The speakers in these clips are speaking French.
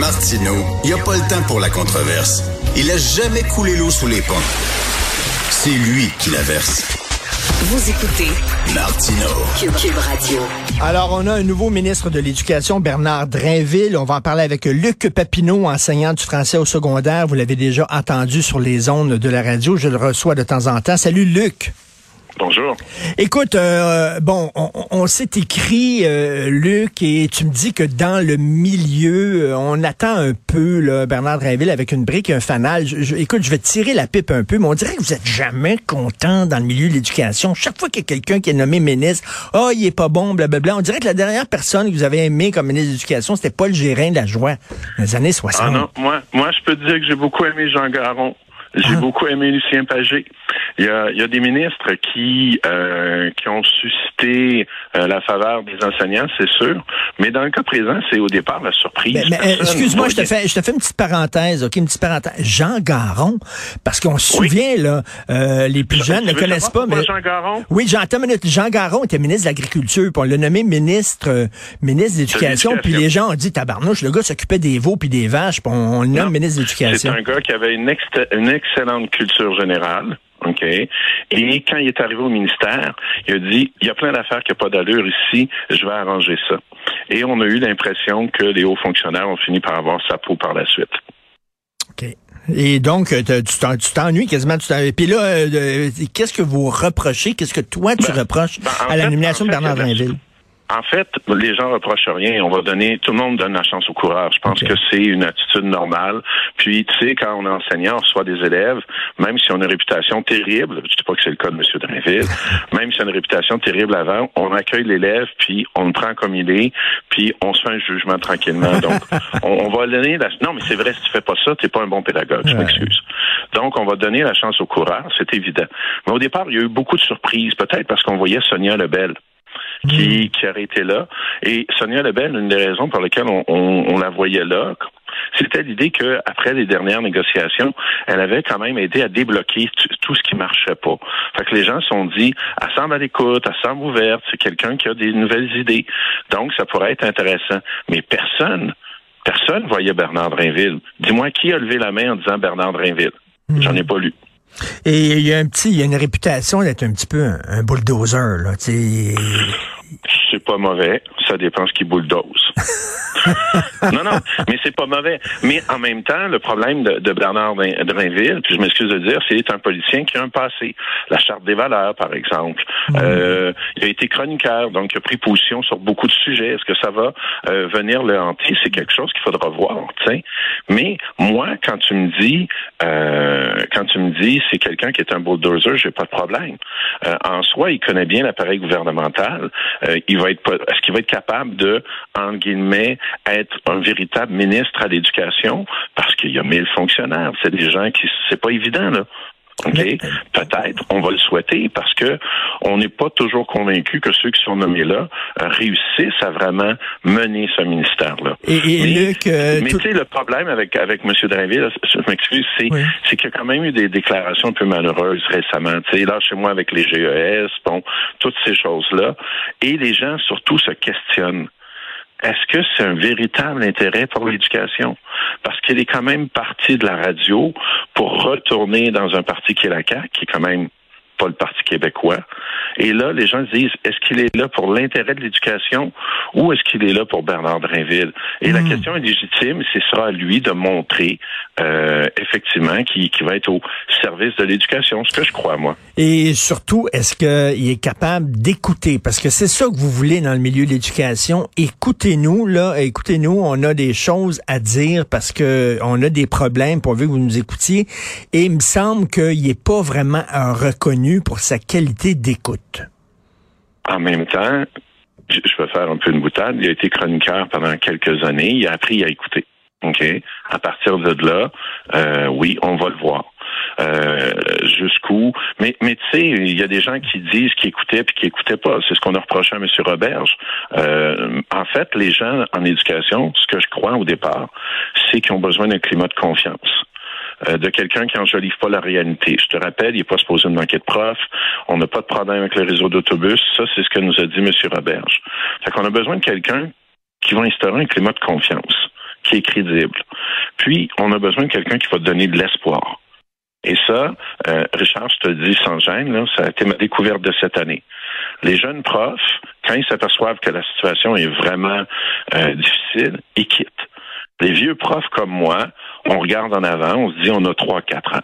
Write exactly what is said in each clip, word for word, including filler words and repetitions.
Martineau, il n'y a pas le temps pour la controverse. Il a jamais coulé l'eau sous les ponts. C'est lui qui la verse. Vous écoutez Martineau. Cube, Cube Radio. Alors, on a un nouveau ministre de l'Éducation, Bernard Drinville. On va en parler avec Luc Papineau, enseignant du français au secondaire. Vous l'avez déjà entendu sur les ondes de la radio. Je le reçois de temps en temps. Salut, Luc. Bonjour. Écoute, euh, bon, on, on s'est écrit, euh, Luc, et tu me dis que dans le milieu, euh, on attend un peu là, Bernard Drinville avec une brique et un fanal. Je, je, écoute, je vais tirer la pipe un peu, mais on dirait que vous êtes jamais content dans le milieu de l'éducation. Chaque fois qu'il y a quelqu'un qui est nommé ministre, « Ah, oh, il est pas bon, blablabla », on dirait que la dernière personne que vous avez aimé comme ministre de l'Éducation, c'était Paul Gérin de la Joie, dans les années soixante. Ah non, moi, moi je peux te dire que j'ai beaucoup aimé Jean Garon. J'ai ah. beaucoup aimé Lucien Pagé. Il y a, il y a des ministres qui euh, qui ont suscité euh, la faveur des enseignants, c'est sûr. Mais dans le cas présent, c'est au départ la surprise. Mais, mais excuse-moi, je te fais je te fais une petite parenthèse, ok, une petite parenthèse. Jean Garon, parce qu'on se oui. souvient là, euh, les plus jeunes ne connaissent pas. Mais Jean Garon. Oui, Jean, attends une minute. Jean Garon était ministre de l'Agriculture, puis on l'a nommé ministre euh, ministre de l'Éducation. Puis les gens ont dit tabarnouche, le gars s'occupait des veaux puis des vaches, puis on, on le nomme non, ministre de l'Éducation. C'est un gars qui avait une, ex- une excellente culture générale. OK. Et quand il est arrivé au ministère, il a dit, il y a plein d'affaires qui n'ont pas d'allure ici, je vais arranger ça. Et on a eu l'impression que les hauts fonctionnaires ont fini par avoir sa peau par la suite. OK. Et donc, tu t'ennuies quasiment. Tu t'ennuies. Puis là, euh, qu'est-ce que vous reprochez? Qu'est-ce que toi, tu ben, reproches ben, à la nomination de Bernard Drinville? En fait, les gens reprochent rien. On va donner, tout le monde donne la chance au coureur. Je pense okay. que c'est une attitude normale. Puis, tu sais, quand on est enseignant, on reçoit des élèves, même si on a une réputation terrible, je dis pas que c'est le cas de M. Drinville, même si on a une réputation terrible avant, on accueille l'élève, puis on le prend comme il est, puis on se fait un jugement tranquillement. Donc, on, on va donner la... Non, mais c'est vrai, si tu fais pas ça, t'es pas un bon pédagogue, je m'excuse. Donc, on va donner la chance au coureur, c'est évident. Mais au départ, il y a eu beaucoup de surprises, peut-être parce qu'on voyait Sonia Lebel. Qui, qui aurait été là. Et Sonia Lebel, une des raisons pour lesquelles on, on, on la voyait là, c'était l'idée que après les dernières négociations, elle avait quand même aidé à débloquer t- tout ce qui marchait pas. Fait que les gens se sont dit, elle semble à l'écoute, elle semble ouverte, c'est quelqu'un qui a des nouvelles idées. Donc, ça pourrait être intéressant. Mais personne, personne voyait Bernard Drinville. Dis-moi qui a levé la main en disant Bernard Drinville? Mmh. J'en ai pas lu. Et il y a un petit, il y a une réputation d'être un petit peu un, un bulldozer, là, tu sais. C'est pas mauvais. Ça dépend ce qui bulldoze. non, non, mais c'est pas mauvais. Mais en même temps, le problème de, de Bernard Drinville, puis je m'excuse de dire, c'est un politicien qui a un passé. La Charte des valeurs, par exemple. Mmh. Euh, il a été chroniqueur, donc il a pris position sur beaucoup de sujets. Est-ce que ça va euh, venir le hanter? C'est quelque chose qu'il faudra voir, tu sais. Mais moi, quand tu me dis, euh, quand tu me dis, c'est quelqu'un qui est un bulldozer, j'ai pas de problème. Euh, en soi, il connaît bien l'appareil gouvernemental. Euh, il va être, est-ce qu'il va être capable de, en guillemets, être un véritable ministre à l'éducation? Parce qu'il y a mille fonctionnaires. C'est des gens qui, c'est pas évident, là. OK? Mais... Peut-être, on va le souhaiter parce que on n'est pas toujours convaincu que ceux qui sont nommés là euh, réussissent à vraiment mener ce ministère-là. Et, et mais Luc, euh, mais tout... tu sais, le problème avec avec M. Drinville, je m'excuse, c'est, oui. c'est qu'il y a quand même eu des déclarations un peu malheureuses récemment. Tu sais, là, chez moi, avec les G E S, bon, toutes ces choses-là. Et les gens, surtout, se questionnent. Est-ce que c'est un véritable intérêt pour l'éducation? Parce qu'il est quand même parti de la radio pour retourner dans un parti qui est la C A Q, qui est quand même pas le Parti québécois. Et là, les gens se disent, est-ce qu'il est là pour l'intérêt de l'éducation ou est-ce qu'il est là pour Bernard Drinville? Et mmh. la question est légitime, ce sera à lui de montrer euh, effectivement qu'il, qu'il va être au service de l'éducation, ce que je crois, moi. Et surtout, est-ce qu'il est capable d'écouter? Parce que c'est ça que vous voulez dans le milieu de l'éducation. Écoutez-nous, là, écoutez-nous, on a des choses à dire parce que on a des problèmes, pour que vous nous écoutiez. Et il me semble qu'il n'est pas vraiment un reconnu pour sa qualité d'écoute. En même temps, je peux faire un peu une boutade. Il a été chroniqueur pendant quelques années. Il a appris à écouter. OK? À partir de là, euh, oui, on va le voir. Euh, jusqu'où. Mais, mais tu sais, il y a des gens qui disent qu'ils écoutaient puis qu'ils écoutaient pas. C'est ce qu'on a reproché à M. Roberge. Euh, en fait, les gens en éducation, ce que je crois au départ, c'est qu'ils ont besoin d'un climat de confiance. Euh, de quelqu'un qui n'enjolive pas la réalité. Je te rappelle, il n'est pas supposé de manquer de profs. On n'a pas de problème avec le réseau d'autobus. Ça, c'est ce que nous a dit M. Roberge. Fait qu'on a besoin de quelqu'un qui va instaurer un climat de confiance, qui est crédible. Puis, on a besoin de quelqu'un qui va te donner de l'espoir. Et ça, euh, Richard, je te le dis sans gêne, là, ça a été ma découverte de cette année. Les jeunes profs, quand ils s'aperçoivent que la situation est vraiment euh, difficile, ils quittent. Les vieux profs comme moi, on regarde en avant, on se dit on a trois, quatre ans.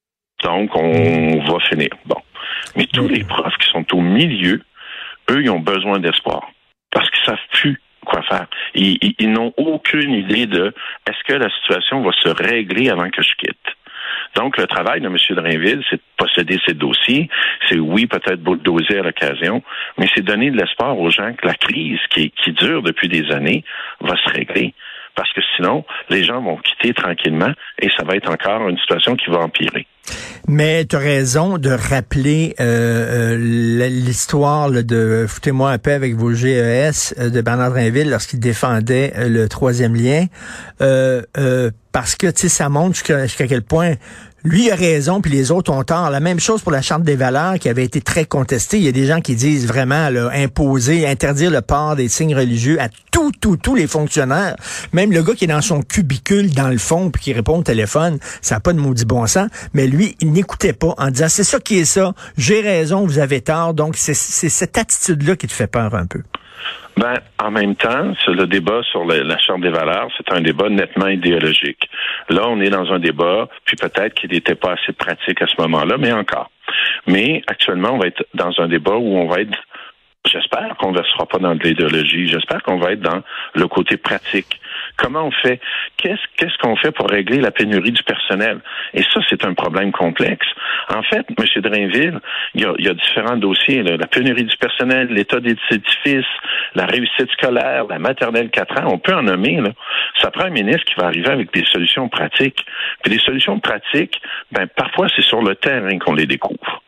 Donc, on va finir. Bon. Mais tous les profs qui sont au milieu, eux, ils ont besoin d'espoir. Parce qu'ils savent plus quoi faire. Ils, ils, ils n'ont aucune idée de est-ce que la situation va se régler avant que je quitte. Donc, le travail de M. Drainville, c'est de posséder ses dossiers. C'est, oui, peut-être bulldozer à l'occasion, mais c'est donner de l'espoir aux gens que la crise qui, qui dure depuis des années va se régler. Parce que sinon, les gens vont quitter tranquillement et ça va être encore une situation qui va empirer. Mais tu as raison de rappeler euh, euh, l'histoire là, de « Foutez-moi un peu avec vos G E S » de Bernard Drainville lorsqu'il défendait euh, le troisième lien. Euh, euh, parce que, tu sais, ça montre jusqu'à, jusqu'à quel point lui a raison puis les autres ont tort. La même chose pour la Charte des valeurs qui avait été très contestée. Il y a des gens qui disent vraiment là, imposer, interdire le port des signes religieux à tous, tous, tous les fonctionnaires. Même le gars qui est dans son cubicule dans le fond puis qui répond au téléphone, ça n'a pas de maudit bon sens. Mais lui, il n'écoutait pas en disant c'est ça qui est ça, j'ai raison, vous avez tort. Donc c'est, c'est cette attitude-là qui te fait peur un peu. Ben, en même temps, c'est le débat sur le, la Charte des valeurs, c'est un débat nettement idéologique. Là, on est dans un débat, puis peut-être qu'il n'était pas assez pratique à ce moment-là, mais encore. Mais actuellement, on va être dans un débat où on va être, j'espère qu'on ne sera pas dans de l'idéologie, j'espère qu'on va être dans le côté pratique. Comment on fait? Qu'est-ce, qu'est-ce qu'on fait pour régler la pénurie du personnel? Et ça, c'est un problème complexe. En fait, M. Drainville, il y a, il y a différents dossiers, là. La pénurie du personnel, l'état des édifices, la réussite scolaire, la maternelle quatre ans, on peut en nommer, là. Ça prend un ministre qui va arriver avec des solutions pratiques. Puis les solutions pratiques, ben, parfois, c'est sur le terrain qu'on les découvre.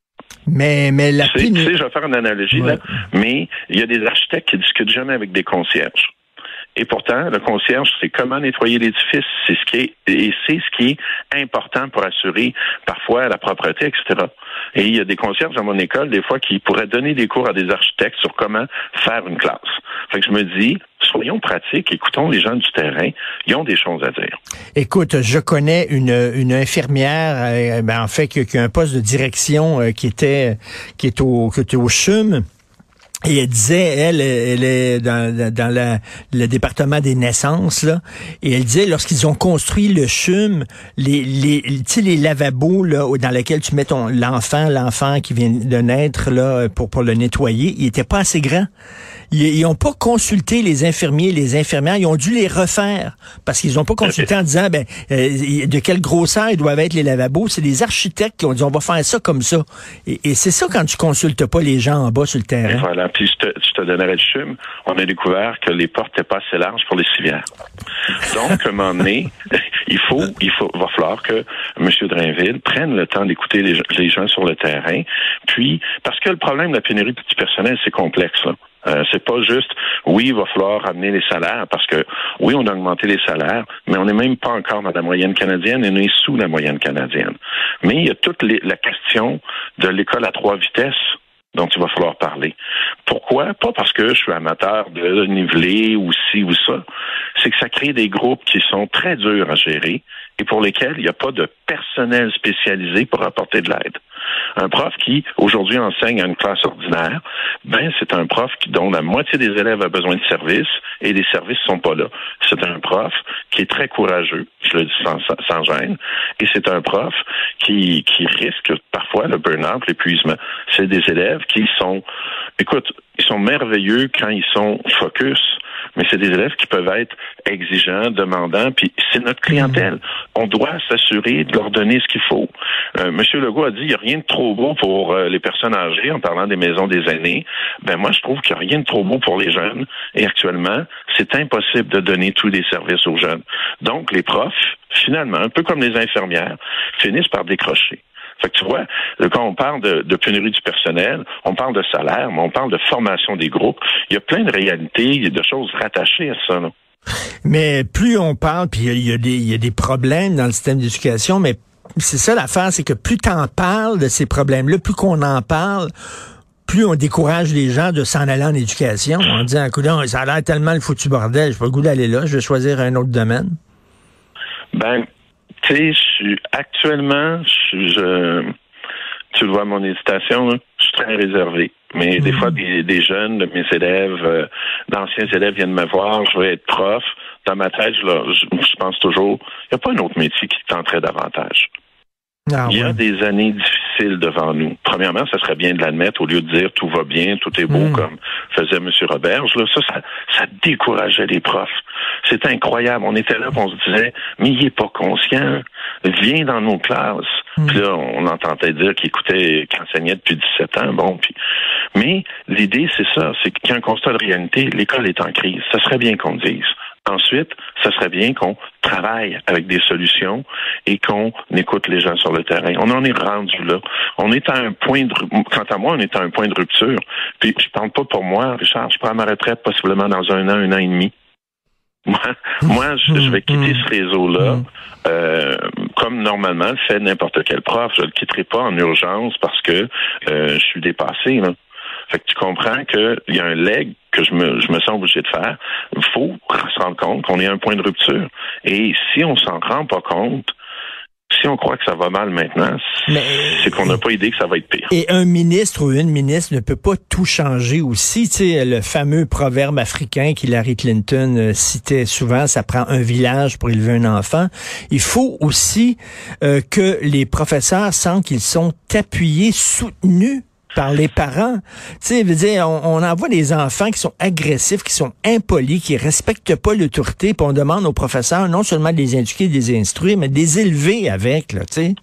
Mais, mais la tu sais, pénurie... tu sais, je vais faire une analogie, ouais. là, mais il y a des architectes qui discutent jamais avec des concierges. Et pourtant, le concierge, c'est comment nettoyer l'édifice, c'est ce qui est, et c'est ce qui est important pour assurer parfois la propreté, et cetera. Et il y a des concierges dans mon école, des fois, qui pourraient donner des cours à des architectes sur comment faire une classe. Fait que je me dis, soyons pratiques, écoutons les gens du terrain, ils ont des choses à dire. Écoute, je connais une, une infirmière, euh, ben, en fait, qui, qui a un poste de direction euh, qui était, qui est au, qui était au C H U M. Et elle disait, elle, elle est dans, dans la, le département des naissances, là, et elle disait, lorsqu'ils ont construit le C H U M, les, les, tu sais, les lavabos, là, dans lesquels tu mets ton, l'enfant, l'enfant qui vient de naître, là, pour, pour le nettoyer, ils étaient pas assez grands. Ils, ils ont pas consulté les infirmiers, les infirmières, ils ont dû les refaire, parce qu'ils ont pas consulté en disant, ben, euh, de quelle grosseur ils doivent être les lavabos. C'est les architectes qui ont dit, on va faire ça comme ça. Et, et c'est ça quand tu consultes pas les gens en bas sur le terrain. Et voilà. Puis je te, je te donnerais le C H U M, on a découvert que les portes n'étaient pas assez larges pour les civières. Donc, à un moment donné, il faut, il faut, va falloir que M. Drainville prenne le temps d'écouter les, les gens sur le terrain. Puis, parce que le problème de la pénurie du personnel, c'est complexe, là. Euh, c'est pas juste, oui, il va falloir ramener les salaires, parce que, oui, on a augmenté les salaires, mais on n'est même pas encore dans la moyenne canadienne et on est sous la moyenne canadienne. Mais il y a toute les, la question de l'école à trois vitesses dont il va falloir parler. Pourquoi? Pas parce que je suis amateur de niveler ou ci ou ça. C'est que ça crée des groupes qui sont très durs à gérer et pour lesquels il n'y a pas de personnel spécialisé pour apporter de l'aide. Un prof qui, aujourd'hui, enseigne à une classe ordinaire, ben, c'est un prof qui, dont la moitié des élèves a besoin de services et les services sont pas là. C'est un prof qui est très courageux, je le dis sans, sans gêne, et c'est un prof qui, qui risque parfois le burn-out, l'épuisement. C'est des élèves qui sont, écoute, ils sont merveilleux quand ils sont focus, mais c'est des élèves qui peuvent être exigeants, demandants, puis c'est notre clientèle. On doit s'assurer de leur donner ce qu'il faut. Euh, Monsieur Legault a dit, il n'y a rien de trop beau pour euh, les personnes âgées, en parlant des maisons des aînés. Ben moi, je trouve qu'il n'y a rien de trop beau pour les jeunes, et actuellement, c'est impossible de donner tous les services aux jeunes. Donc, les profs, finalement, un peu comme les infirmières, finissent par décrocher. Fait que tu vois, quand on parle de, de pénurie du personnel, on parle de salaire, mais on parle de formation des groupes. Il y a plein de réalités, il y a de choses rattachées à ça, là. Mais plus on parle, puis il y a des, il y a des problèmes dans le système d'éducation, mais c'est ça l'affaire, c'est que plus t'en parles de ces problèmes-là, plus qu'on en parle, plus on décourage les gens de s'en aller en éducation en disant, écoute, ça a l'air tellement le foutu bordel, j'ai pas le goût d'aller là, je vais choisir un autre domaine. Ben, tu sais, je suis actuellement, je, je, tu le vois, mon hésitation, là, je suis très réservé. Mais mmh. des fois, des, des jeunes, de mes élèves, euh, d'anciens élèves viennent me voir, je vais être prof. Dans ma tête, je, leur, je, je pense toujours, il n'y a pas un autre métier qui tenterait davantage. Ah, il y a ouais. des années difficiles devant nous. Premièrement, ça serait bien de l'admettre au lieu de dire tout va bien, tout est beau, mmh. comme faisait M. Roberge. Là, ça, ça, ça décourageait les profs. C'est incroyable. On était là, on se disait, mais il est pas conscient. Viens dans nos classes. Mmh. Puis là, on entendait dire qu'il écoutait, qu'il enseignait depuis dix-sept ans. Bon, puis, mais l'idée, c'est ça, c'est qu'il y a un constat de réalité. L'école est en crise. Ça serait bien qu'on le dise. Ensuite, ça serait bien qu'on travaille avec des solutions et qu'on écoute les gens sur le terrain. On en est rendu là. On est à un point de, quant à moi, on est à un point de rupture. Puis, je parle pas pour moi, Richard, je prends ma retraite possiblement dans un an, un an et demi. Moi, moi je, je vais quitter ce réseau-là, euh, comme normalement le fait n'importe quel prof. Je le quitterai pas en urgence parce que euh, je suis dépassé, là. Fait que tu comprends qu'il y a un leg que je me, je me sens obligé de faire. Il faut se rendre compte qu'on est à un point de rupture. Et si on s'en rend pas compte, si on croit que ça va mal maintenant, Mais, c'est qu'on n'a pas idée que ça va être pire. Et un ministre ou une ministre ne peut pas tout changer aussi. Tu sais, le fameux proverbe africain qu'Hillary Clinton citait souvent, ça prend un village pour élever un enfant. Il faut aussi euh, que les professeurs sentent qu'ils sont appuyés, soutenus par les parents. Tu sais, veut dire, on, on envoie des enfants qui sont agressifs, qui sont impolis, qui respectent pas l'autorité, puis on demande aux professeurs non seulement de les éduquer, de les instruire, mais de les élever avec, là, tu sais.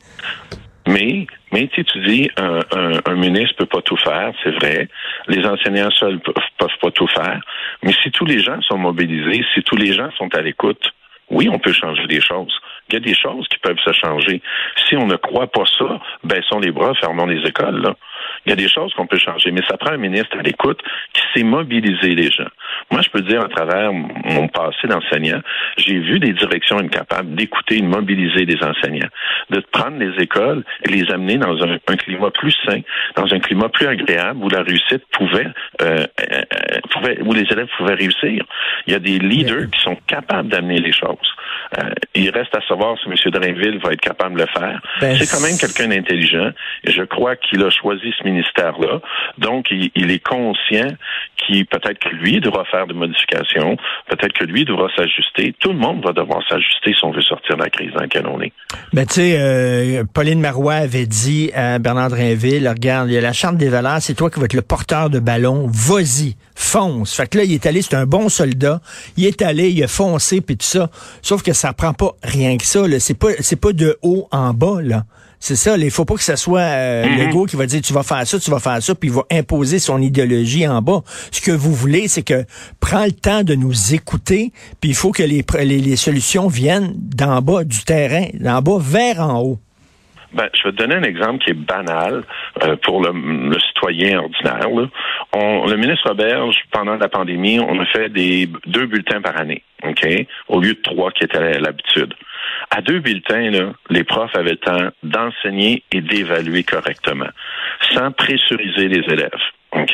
Mais, mais tu dis, un, un, un ministre peut pas tout faire, c'est vrai. Les enseignants seuls peuvent, peuvent pas tout faire. Mais si tous les gens sont mobilisés, si tous les gens sont à l'écoute, oui, on peut changer des choses. Il y a des choses qui peuvent se changer. Si on ne croit pas ça, baissons les bras, fermons les écoles, là. Il y a des choses qu'on peut changer, mais ça prend un ministre à l'écoute qui sait mobiliser les gens. Moi, je peux dire, à travers mon passé d'enseignant, j'ai vu des directions incapables d'écouter et de mobiliser les enseignants, de prendre les écoles et les amener dans un, un climat plus sain, dans un climat plus agréable où la réussite pouvait, euh, euh, pouvait, où les élèves pouvaient réussir. Il y a des leaders qui sont capables d'amener les choses. Euh, il reste à savoir si M. Drainville va être capable de le faire. Ben, c'est quand même quelqu'un d'intelligent et je crois qu'il a choisi ce ministère-là. Donc, il, il est conscient qu'il peut-être que lui devra faire des modifications, peut-être que lui devra s'ajuster. Tout le monde va devoir s'ajuster si on veut sortir de la crise dans laquelle on est. Ben, tu sais, euh, Pauline Marois avait dit à Bernard Drainville, regarde, il y a la Charte des valeurs, c'est toi qui vas être le porteur de ballon, vas-y, fonce. Fait que là, il est allé, c'est un bon soldat, il est allé, il a foncé, puis tout ça. Sauf que ça prend pas rien que ça, là. C'est pas, c'est pas de haut en bas, là. C'est ça, il faut pas que ce soit euh, mm-hmm. Legault qui va dire tu vas faire ça, tu vas faire ça, puis il va imposer son idéologie en bas. Ce que vous voulez, c'est que prends le temps de nous écouter, puis il faut que les, les, les solutions viennent d'en bas du terrain, d'en bas vers en haut. Ben, je vais te donner un exemple qui est banal euh, pour le, le citoyen ordinaire. Là. On, le ministre Roberge, pendant la pandémie, on a fait des deux bulletins par année, ok, au lieu de trois qui étaient l'habitude. À deux bulletins, là, les profs avaient le temps d'enseigner et d'évaluer correctement, sans pressuriser les élèves. OK?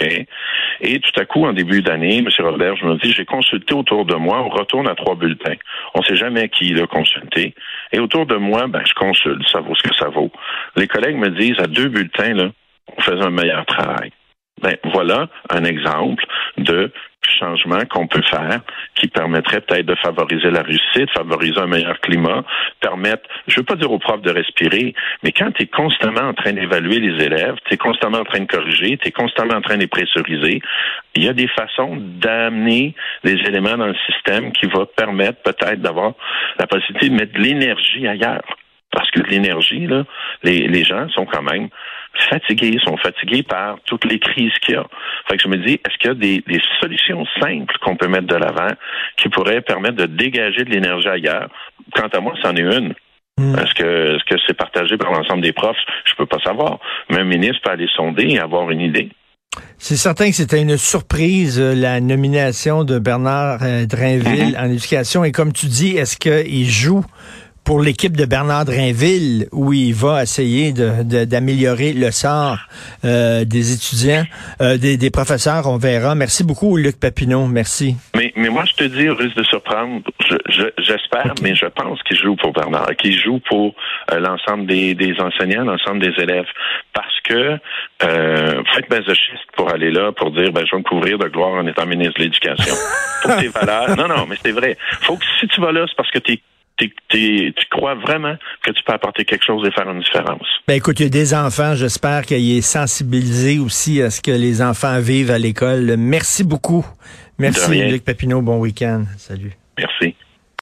Et tout à coup, en début d'année, M. Roberge me dit, j'ai consulté autour de moi, on retourne à trois bulletins. On ne sait jamais qui l'a consulté. Et autour de moi, ben, je consulte, ça vaut ce que ça vaut. Les collègues me disent, à deux bulletins, là, on faisait un meilleur travail. Ben, voilà un exemple de changement qu'on peut faire qui permettrait peut-être de favoriser la réussite, favoriser un meilleur climat, permettre, je veux pas dire aux profs de respirer, mais quand tu es constamment en train d'évaluer les élèves, tu es constamment en train de corriger, tu es constamment en train de les pressuriser, il y a des façons d'amener les éléments dans le système qui va permettre peut-être d'avoir la possibilité de mettre de l'énergie ailleurs. Parce que l'énergie, là, les, les gens sont quand même fatigués, sont fatigués par toutes les crises qu'il y a. Fait que je me dis, est-ce qu'il y a des, des solutions simples qu'on peut mettre de l'avant qui pourraient permettre de dégager de l'énergie ailleurs? Quant à moi, c'en est une. Mmh. Est-ce que, est-ce que c'est partagé par l'ensemble des profs? Je peux pas savoir. Mais un ministre peut aller sonder et avoir une idée. C'est certain que c'était une surprise, la nomination de Bernard euh, Drainville mmh. en éducation. Et comme tu dis, est-ce qu'il joue pour l'équipe de Bernard Drinville, où il va essayer de, de, d'améliorer le sort euh, des étudiants, euh, des, des professeurs, on verra. Merci beaucoup, Luc Papineau. Merci. Mais, mais moi, je te dis, au risque de surprendre, je, je, j'espère, okay. mais je pense qu'il joue pour Bernard, qu'il joue pour euh, l'ensemble des, des enseignants, l'ensemble des élèves. Parce que euh, faut être masochiste pour aller là, pour dire, ben, je vais me couvrir de gloire en étant ministre de l'Éducation. Pour tes valeurs. Non, non, mais c'est vrai. Faut que si tu vas là, c'est parce que t'es T'es, t'es, tu crois vraiment que tu peux apporter quelque chose et faire une différence. Ben écoute, il y a des enfants, j'espère qu'il est sensibilisé aussi à ce que les enfants vivent à l'école. Merci beaucoup. Merci, Luc Papineau. Bon week-end. Salut. Merci.